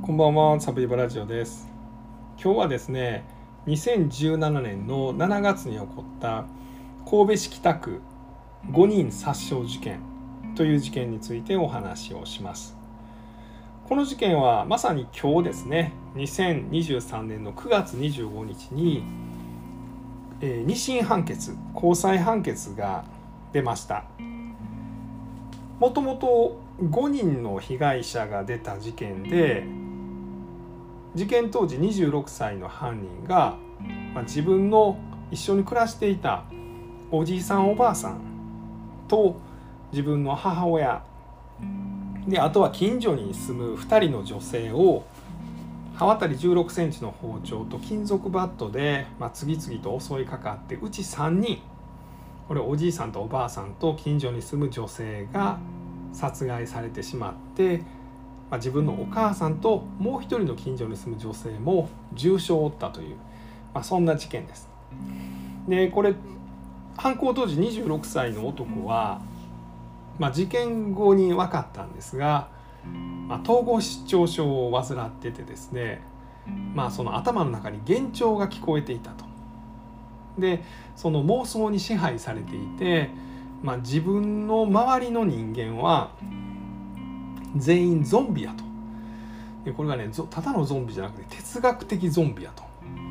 こんばんは、サブイボラジオです。今日はですね、2017年の7月に起こった神戸市北区5人殺傷事件という事件についてお話をします。この事件はまさに今日ですね、2023年の9月25日に、2審判決、高裁判決が出ました。もともと5人の被害者が出た事件で、事件当時26歳の犯人が、自分の一緒に暮らしていたおじいさんおばあさんと自分の母親で、あとは近所に住む2人の女性を刃渡り16センチの包丁と金属バットで、次々と襲いかかって、うち3人、これおじいさんとおばあさんと近所に住む女性が殺害されてしまって、自分のお母さんともう一人の近所に住む女性も重傷を負ったという、そんな事件です。でこれ犯行当時26歳の男は、事件後に分かったんですが、統合失調症を患っててですね、その頭の中に幻聴が聞こえていたと。でその妄想に支配されていて、自分の周りの人間は全員ゾンビやと。でこれがね、ただのゾンビじゃなくて哲学的ゾンビやと。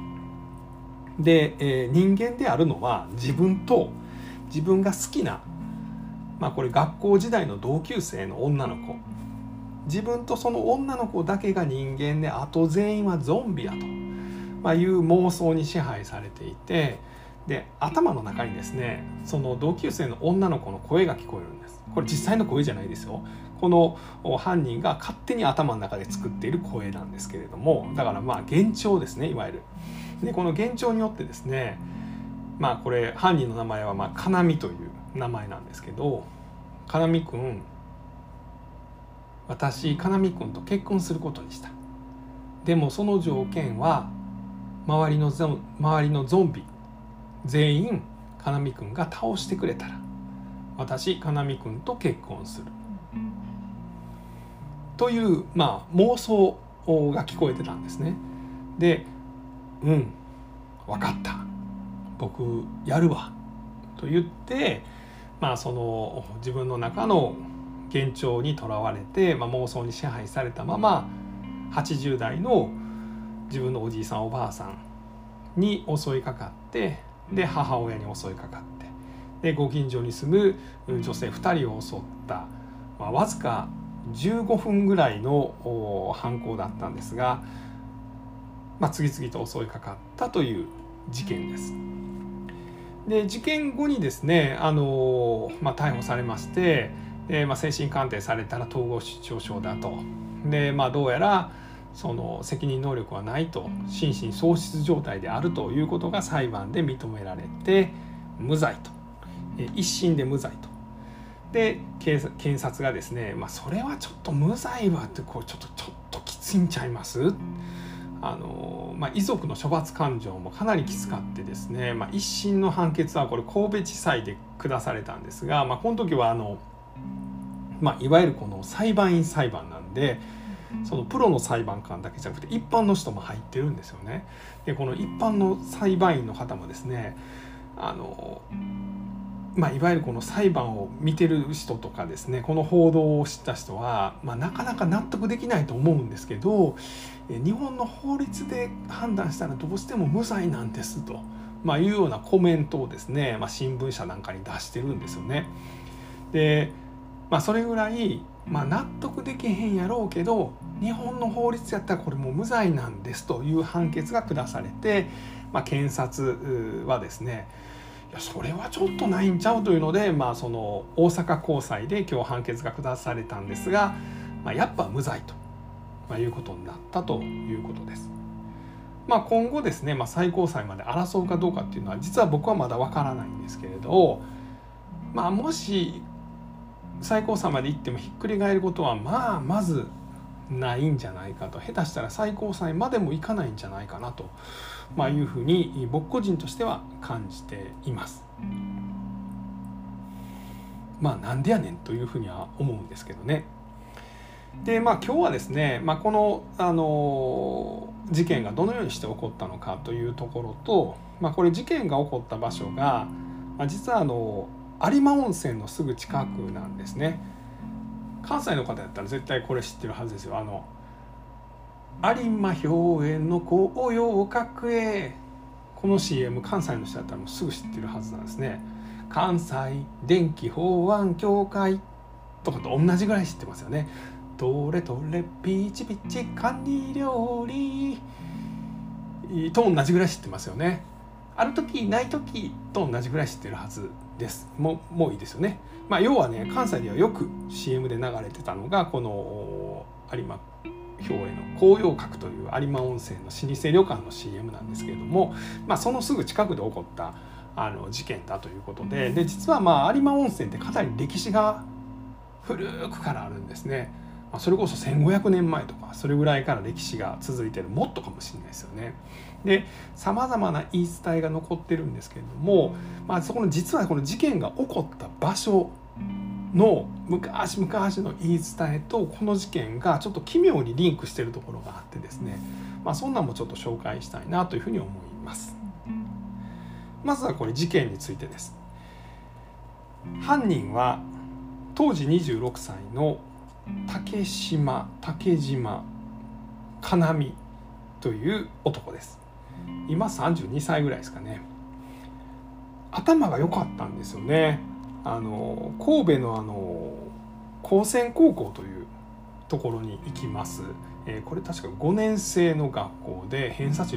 で、人間であるのは自分と自分が好きな、これ学校時代の同級生の女の子、自分とその女の子だけが人間で、あと全員はゾンビやと、いう妄想に支配されていて、で頭の中にですね、その同級生の女の子の声が聞こえるんです。これ実際の声じゃないですよ。この犯人が勝手に頭の中で作っている声なんですけれども、だから幻聴ですね、いわゆる。でこの幻聴によってですね、これ犯人の名前はかなみという名前なんですけど、かなみくん、私かなみくんと結婚することにした。でもその条件は周りのゾンビ全員かなみくんが倒してくれたら、私かなみくんと結婚するという、妄想が聞こえてたんですね。で、分かった、僕やるわと言って、その自分の中の幻聴にとらわれて、妄想に支配されたまま80代の自分のおじいさんおばあさんに襲いかかって、で母親に襲いかかって、でご近所に住む女性2人を襲った、わずか15分ぐらいの犯行だったんですが、次々と襲いかかったという事件です。で事件後にですね、逮捕されまして、で精神鑑定されたら統合失調症だと。でどうやらその責任能力はないと、心神喪失状態であるということが裁判で認められて無罪と、一審で無罪と。で検察がですね、それはちょっと無罪はってちょっときついんちゃいます。遺族の処罰感情もかなりきつかってですね、一審の判決はこれ神戸地裁で下されたんですが、この時はいわゆるこの裁判員裁判なんで、そのプロの裁判官だけじゃなくて一般の人も入ってるんですよね。でこの一般の裁判員の方もですね、いわゆるこの裁判を見てる人とかですね、この報道を知った人は、なかなか納得できないと思うんですけど、日本の法律で判断したらどうしても無罪なんですと、いうようなコメントをですね、新聞社なんかに出してるんですよね。で、それぐらい、納得できへんやろうけど、日本の法律やったらこれもう無罪なんですという判決が下されて、検察はですね、いやそれはちょっとないんちゃうというので、その大阪高裁で今日判決が下されたんですが、やっぱ無罪と、いうことになったということです。今後ですね、最高裁まで争うかどうかっていうのは実は僕はまだわからないんですけれど、もし最高裁まで行ってもひっくり返ることはまずないんじゃないかと、下手したら最高裁までもいかないんじゃないかなと、いうふうに僕個人としては感じています。なんでやねんというふうには思うんですけどね。 で今日はですね、この、事件がどのようにして起こったのかというところと、これ事件が起こった場所が、実は有馬温泉のすぐ近くなんですね。関西の方だったら絶対これ知ってるはずですよ。有馬氷園の紅葉角へ、この CM 関西の人だったらもうすぐ知ってるはずなんですね。関西電気法案協会とかと同じぐらい知ってますよね。どれどれピチピチカニ料理と同じぐらい知ってますよね。ある時ない時と同じぐらい知ってるはずです。もういいですよね。要はね、関西ではよく CM で流れてたのがこの有馬氷園の紅葉閣という有馬温泉の老舗旅館の CM なんですけれども、そのすぐ近くで起こった事件だということで、実は有馬温泉ってかなり歴史が古くからあるんですね。それこそ1500年前とかそれぐらいから歴史が続いてる、もっとかもしれないですよね。でさまざまな言い伝えが残ってるんですけれども、そこの実はこの事件が起こった場所の昔々の言い伝えとこの事件がちょっと奇妙にリンクしているところがあってですね、そんなんもちょっと紹介したいなというふうに思います。まずはこれ事件についてです。犯人は当時26歳の竹島かなみという男です。今32歳ぐらいですかね。頭が良かったんですよね。神戸の高専高校というところに行きます。これ確か5年生の学校で偏差値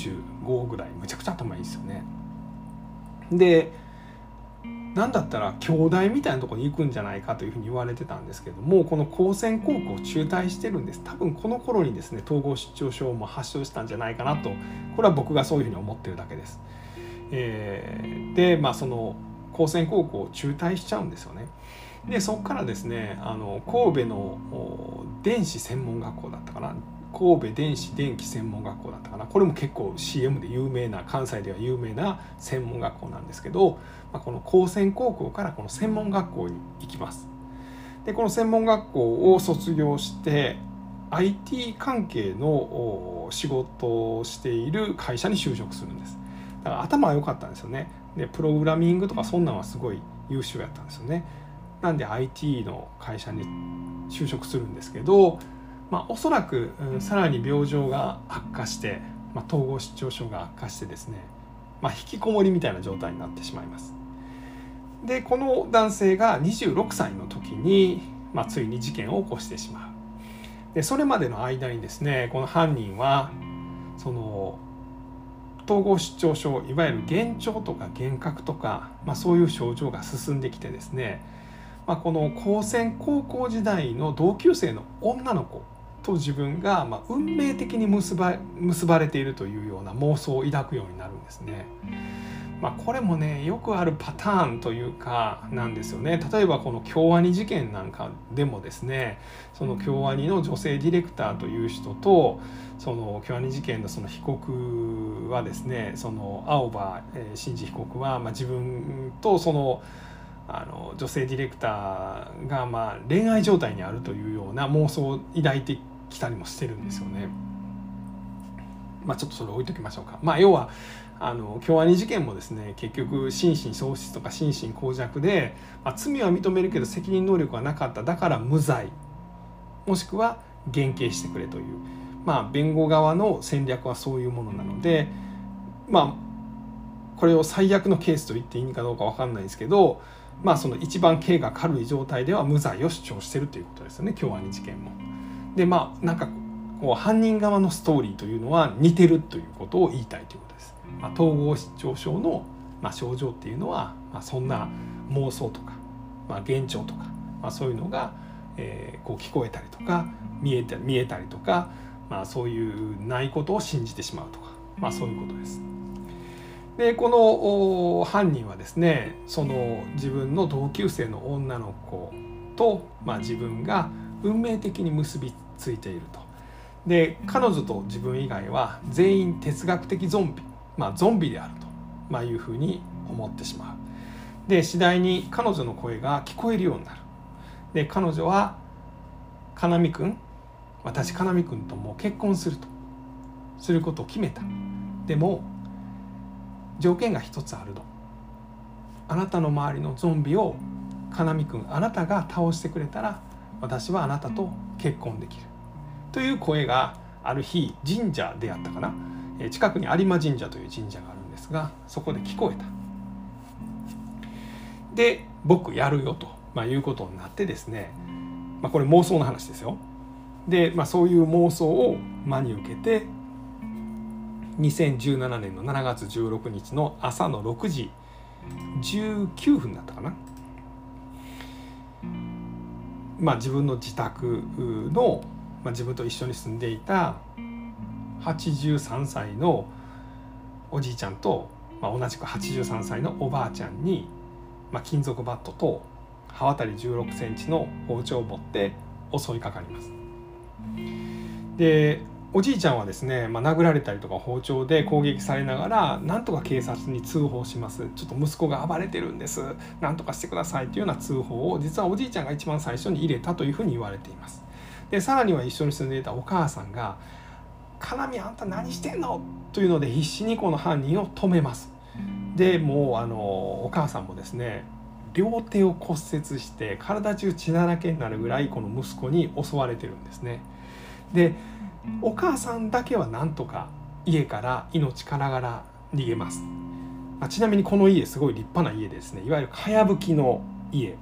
65ぐらい、むちゃくちゃ頭いいですよね。でなんだったら兄弟みたいなところに行くんじゃないかというふうに言われてたんですけども、この高専高校を中退してるんです。多分この頃にですね統合失調症も発症したんじゃないかなと、これは僕がそういうふうに思ってるだけです。でその高専高校を中退しちゃうんですよね。でそこからですね神戸の電子専門学校だったかな、神戸電子電気専門学校だったかな、これも結構 CM で有名な、関西では有名な専門学校なんですけど、この高専高校からこの専門学校に行きます。でこの専門学校を卒業して IT 関係の仕事をしている会社に就職するんです。だから頭は良かったんですよね。でプログラミングとかそんなんはすごい優秀やったんですよね。なんで IT の会社に就職するんですけど、おそらくさらに病状が悪化して、統合失調症が悪化してですね、引きこもりみたいな状態になってしまいます。でこの男性が26歳の時に、ついに事件を起こしてしまう。でそれまでの間にですね、この犯人はその統合失調症、いわゆる幻聴とか幻覚とか、そういう症状が進んできてですね、この高専高校時代の同級生の女の子と自分が運命的に結ばれているというような妄想を抱くようになるんですね。これもねよくあるパターンというかなんですよね。例えばこの京アニ事件なんかでもですね、その京アニの女性ディレクターという人とその京アニ事件のその被告はですね、その青葉真司被告は自分とその女性ディレクターが恋愛状態にあるというような妄想を抱いてきたりもしてるんですよね。ちょっとそれ置いときましょうか。要は京アニ事件もですね、結局心神喪失とか心神耗弱で、罪は認めるけど責任能力はなかった、だから無罪もしくは減刑してくれという、弁護側の戦略はそういうものなので、これを最悪のケースと言っていいかどうか分かんないですけど、その一番刑が軽い状態では無罪を主張してるということですよね、京アニ事件も。でなんかこう犯人側のストーリーというのは似てるということを言いたいということです。統合失調症の症状っていうのは、そんな妄想とか、幻聴とか、そういうのが、こう聞こえたりとか見えたりとか、そういうないことを信じてしまうとか、そういうことです。でこの犯人はですね、その自分の同級生の女の子と、自分が運命的に結びついていると。で彼女と自分以外は全員哲学的ゾンビ、ゾンビであると、いうふうに思ってしまう。で次第に彼女の声が聞こえるようになる。で彼女はかなみくん、私かなみくんともう結婚することを決めた。でも条件が一つあると。あなたの周りのゾンビをかなみくん、あなたが倒してくれたら私はあなたと結婚できるという声がある日、神社であったかな、近くに有馬神社という神社があるんですが、そこで聞こえた。で僕やるよと、いうことになってですね、これ妄想の話ですよ。で、そういう妄想を真に受けて2017年の7月16日の朝の6時19分だったかな、自分の自宅の、自分と一緒に住んでいた83歳のおじいちゃんと、同じく83歳のおばあちゃんに、金属バットと刃渡り16センチの包丁を持って襲いかかります。でおじいちゃんはですね、殴られたりとか包丁で攻撃されながらなんとか警察に通報します。ちょっと息子が暴れてるんです、なんとかしてくださいというような通報を実はおじいちゃんが一番最初に入れたというふうに言われています。でさらには一緒に住んでいたお母さんが「かなみ、あんた何してんの?」というので必死にこの犯人を止めます。でもうお母さんもですね、両手を骨折して体中血だらけになるぐらいこの息子に襲われてるんですね。でお母さんだけはなんとか家から命からがら逃げます。ちなみにこの家すごい立派な家ですね。いわゆるかやぶきの家、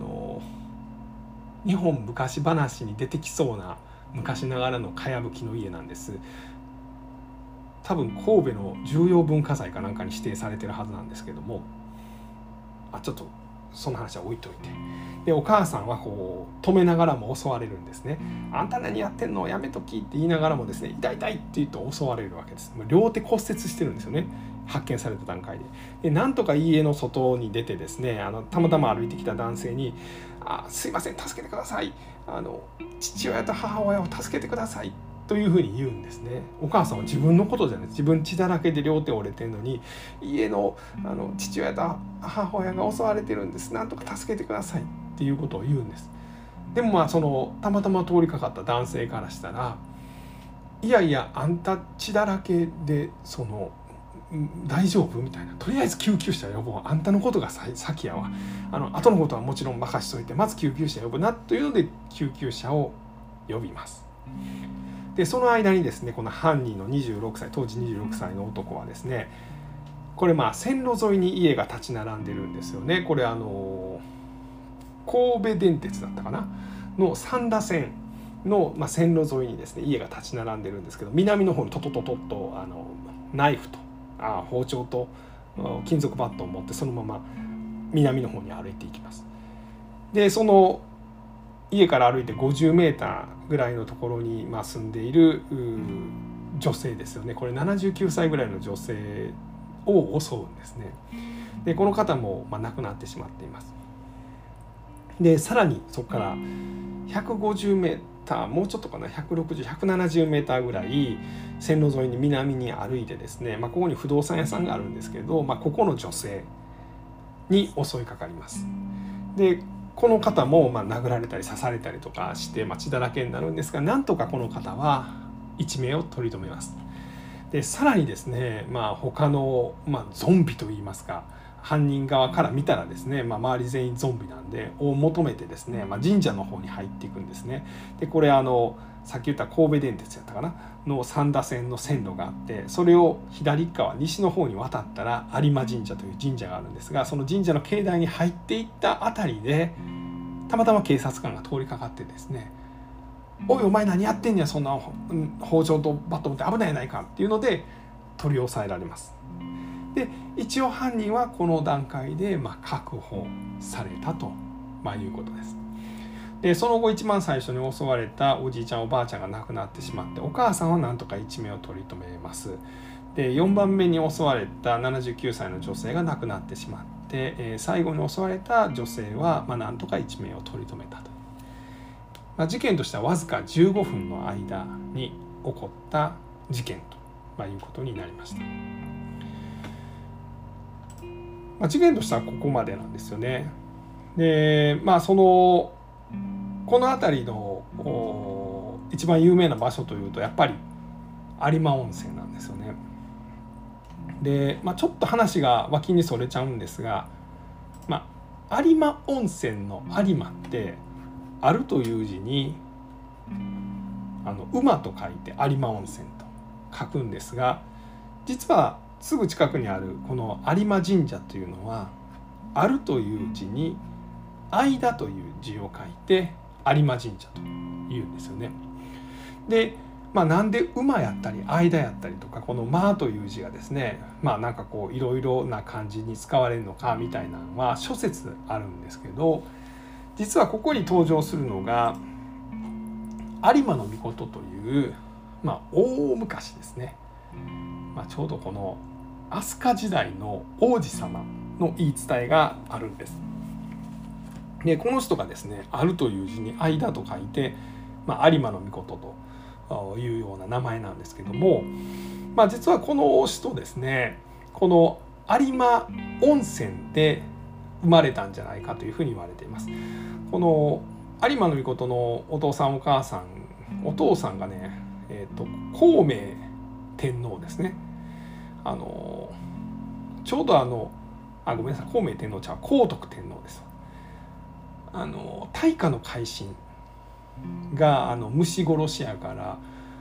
日本昔話に出てきそうな昔ながらのかやぶきの家なんです。多分神戸の重要文化財かなんかに指定されてるはずなんですけども、ちょっとその話は置いといて、でお母さんはこう止めながらも襲われるんですね。あんた何やってんの、やめときって言いながらもですね、痛い痛いって言うと襲われるわけです。両手骨折してるんですよね、発見された段階で。なんとか家の外に出てですね、たまたま歩いてきた男性に「すいません、助けてください、父親と母親を助けてください」というふうに言うんですね。お母さんは自分のことじゃない、自分血だらけで両手折れてるのに、家の父親と母親が襲われてるんです、なんとか助けてくださいっていうことを言うんです。でもそのたまたま通りかかった男性からしたら、いやいやあんた血だらけで大丈夫みたいな、とりあえず救急車呼ぼう、あんたのことが先やわ、後のことはもちろん任しといてまず救急車呼ぶなというので救急車を呼びます。でその間にですね、この犯人の当時26歳の男はですね、これ線路沿いに家が立ち並んでるんですよね。これ神戸電鉄だったかなの三田線の、線路沿いにですね家が立ち並んでるんですけど、南の方にトトトトッとナイフと包丁と金属バットを持ってそのまま南の方に歩いていきます。でその家から歩いて50メーターぐらいのところに住んでいる女性ですよね。これ79歳ぐらいの女性を襲うんですね。でこの方も亡くなってしまっています。でさらにそこから150メーター、もうちょっとかな、160、170メーターぐらい線路沿いに南に歩いてですね、ここに不動産屋さんがあるんですけど、ここの女性に襲いかかります。でこの方も殴られたり刺されたりとかして血だらけになるんですが、なんとかこの方は一命を取り留めます。でさらにですね、他の、ゾンビといいますか、犯人側から見たらですね、周り全員ゾンビなんでを求めてですね、神社の方に入っていくんですね。でこれさっき言った神戸電鉄やったかなの三田線の線路があって、それを左側西の方に渡ったら有馬神社という神社があるんですが、その神社の境内に入っていったあたりでたまたま警察官が通りかかってですね、おいお前何やってんねや、そんな包丁とバット持って危ないやないかっていうので取り押さえられます。で一応犯人はこの段階で確保されたということです。でその後一番最初に襲われたおじいちゃんおばあちゃんが亡くなってしまって、お母さんはなんとか一命を取り留めます。で4番目に襲われた79歳の女性が亡くなってしまって、最後に襲われた女性はなんとか一命を取り留めたと。事件としてはわずか15分の間に起こった事件ということになりました。事件としてはここまでなんですよね。でこの辺りの一番有名な場所というとやっぱり有馬温泉なんですよね。で、ちょっと話が脇にそれちゃうんですが、有馬温泉の有馬ってあるという字に馬と書いて有馬温泉と書くんですが、実はすぐ近くにあるこの有馬神社というのはあるという字に間という字を書いて有馬神社というんですよね。で、なんで馬やったり間やったりとかこの馬という字がですねなんかこういろいろな漢字に使われるのかみたいなのは諸説あるんですけど、実はここに登場するのが有馬命という、大昔ですね、ちょうどこの飛鳥時代の王子様の言い伝えがあるんです。でこの人がですねあるという字に間と書いて、有馬命というような名前なんですけども、実はこの人ですねこの有馬温泉で生まれたんじゃないかというふうに言われています。この有馬命のお父さんお母さん、お父さんがね、孔明天皇ですね。ちょうどごめんなさい、孔明天皇ちゃう、皇徳天皇です。大化の改新が虫殺しやから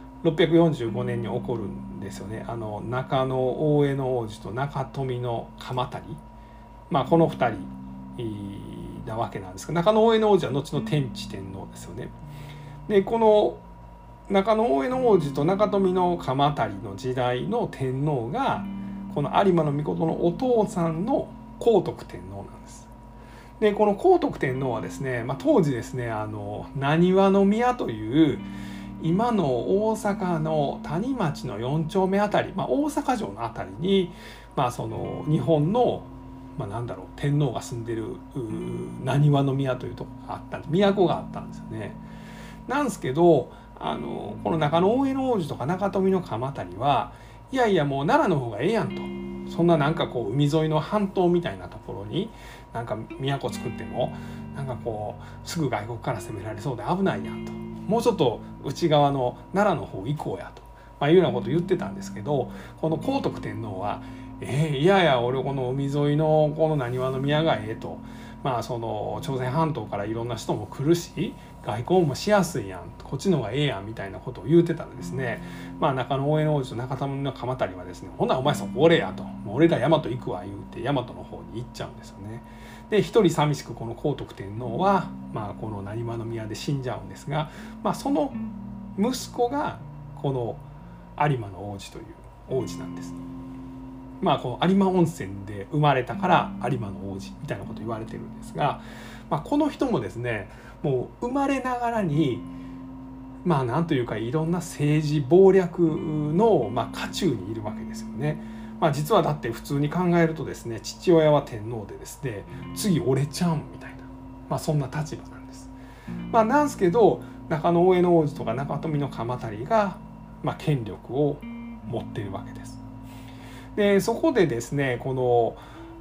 645年に起こるんですよね。中野大江の王子と中富の鎌足、この2人なわけなんですが、中野大江の王子は後の天智天皇ですよね。でこの中野大江の王子と中富の鎌足の時代の天皇がこの有馬命のお父さんの皇徳天皇なんです。でこの皇徳天皇はですね、当時ですね難波宮という今の大阪の谷町の4丁目あたり、大阪城のあたりに、その日本の、天皇が住んでる難波宮というところがあったんです。都があったんですよね。なんですけどこの中野大江の王子とか中富の鎌足はいやいやもう奈良の方がええやんと、そんな海沿いの半島みたいなところに都作ってもすぐ外国から攻められそうで危ないやんと、もうちょっと内側の奈良の方行こうやと、いうようなことを言ってたんですけど、この皇徳天皇はいやいや俺この海沿いのこの難波宮がええと、その朝鮮半島からいろんな人も来るし外交もしやすいやん、こっちの方がええやんみたいなことを言うてたらですね、中野大江の王子と中富の鎌足はですね、ほなお前そこおれやと、もう俺ら大和行くわ言うて大和の方に行っちゃうんですよね。で一人寂しくこの皇徳天皇は、この難波宮で死んじゃうんですが、その息子がこの有馬の王子という王子なんです。この有馬温泉で生まれたから有馬の王子みたいなこと言われてるんですが、この人もですねもう生まれながらになんというかいろんな政治謀略の渦中にいるわけですよね。実はだって普通に考えるとですね父親は天皇でですね次俺ちゃうんみたいな、そんな立場なんです。なんですけど中野大江の王子とか中富の鎌足が権力を持っているわけです。でそこでですねこの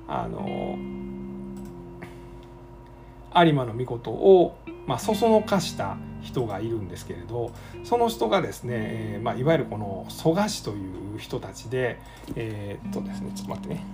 有馬の命をそそのかした人がいるんですけれど、その人がですね、いわゆるこの蘇我氏という人たちでですねちょっと待ってね、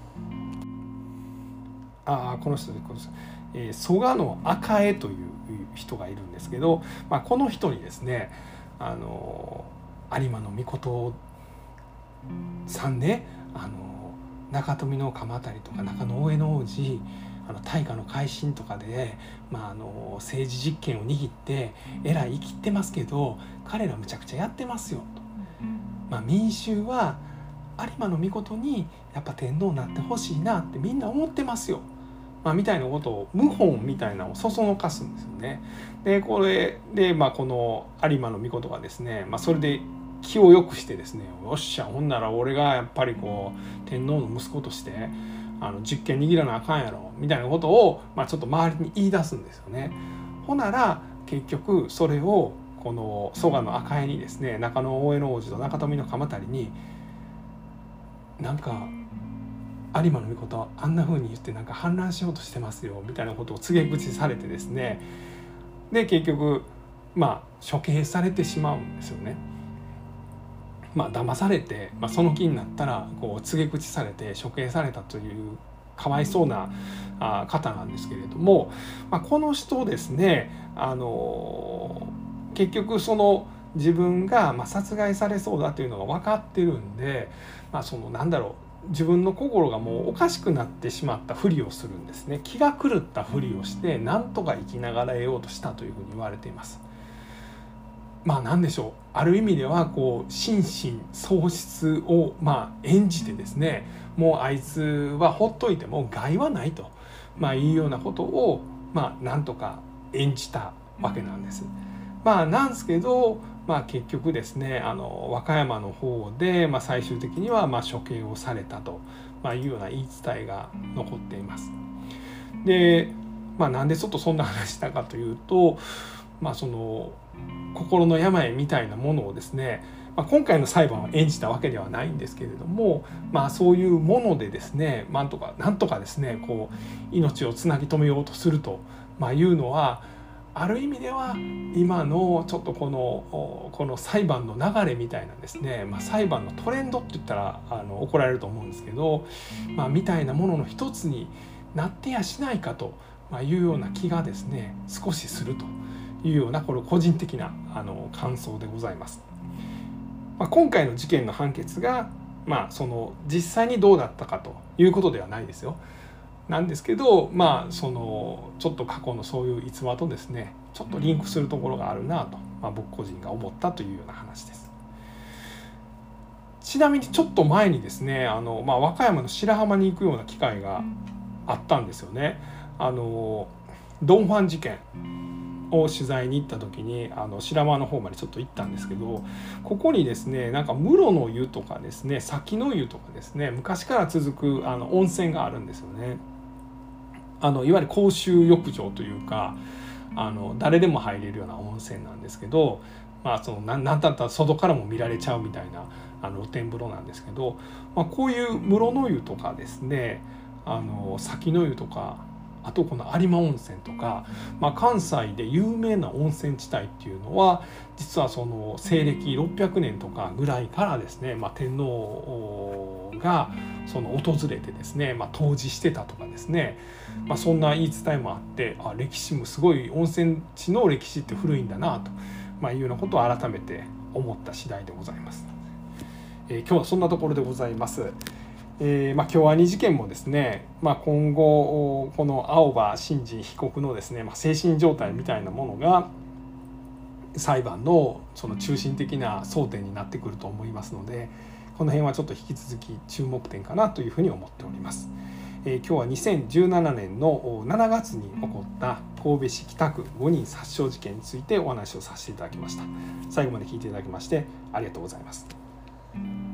この人で蘇我の赤江という人がいるんですけど、この人にですね有馬の命さんね中富の鎌足とか中野大江の王子大化の改新とかで、政治実権を握ってえらい生きてますけど彼らむちゃくちゃやってますよと、民衆は有馬の命にやっぱ天皇になってほしいなってみんな思ってますよ、みたいなことを謀反みたいなのをそそのかすんですよね。でこれで、この有馬の命がですね、それで気を良くしてですね、よっしゃほんなら俺がやっぱりこう天皇の息子として実権握らなあかんやろみたいなことを、ちょっと周りに言い出すんですよね。ほなら結局それをこの蘇我の赤江にですね中野大江の王子と中富の鎌足に有馬の命はあんな風に言って反乱しようとしてますよみたいなことを告げ口されてですね、で結局処刑されてしまうんですよね。騙されて、その気になったら告げ口されて処刑されたというかわいそうな方なんですけれども、この人ですね、結局その自分が殺害されそうだというのが分かってるんで、自分の心がもうおかしくなってしまったふりをするんですね。気が狂ったふりをしてなんとか生きながらえようとしたというふうに言われています。何でしょう、ある意味では心神喪失を演じてですね、もうあいつはほっといても害はないと、いうようなことをなんとか演じたわけなんです。なんですけど、結局ですね、和歌山の方で、最終的には処刑をされたというような言い伝えが残っています。で、なんでちょっとそんな話したかというと、その心の病みたいなものをですね、今回の裁判を演じたわけではないんですけれども、そういうものでですね、なんとかですね命をつなぎ止めようとするというのは、ある意味では今のちょっとこの裁判の流れみたいなんですね、裁判のトレンドって言ったら怒られると思うんですけど、みたいなものの一つになってやしないかというような気がですね少しするというような、これ個人的な感想でございます。今回の事件の判決がその実際にどうだったかということではないですよ。なんですけど、そのちょっと過去のそういう逸話とですねちょっとリンクするところがあるなと、僕個人が思ったというような話です。ちなみにちょっと前にですね和歌山の白浜に行くような機会があったんですよね。ドン・ファン事件を取材に行った時に白浜の方までちょっと行ったんですけど、ここにですね室の湯とかですね先の湯とかですね昔から続く温泉があるんですよね。いわゆる公衆浴場というか誰でも入れるような温泉なんですけど、なんだったら外からも見られちゃうみたいな露天風呂なんですけど、こういう室の湯とかですね先の湯とか、あとこの有馬温泉とか、関西で有名な温泉地帯っていうのは実はその西暦600年とかぐらいからですね、天皇がその訪れてですね、湯治してたとかですね、そんな言い伝えもあって、歴史もすごい温泉地の歴史って古いんだなと、いうようなことを改めて思った次第でございます。今日はそんなところでございます。京アニ事件もですね、今後この青葉真司被告のですね、精神状態みたいなものが裁判のその中心的な争点になってくると思いますので、この辺はちょっと引き続き注目点かなというふうに思っております。今日は2017年の7月に起こった神戸市北区5人殺傷事件についてお話をさせていただきました。最後まで聞いていただきましてありがとうございます。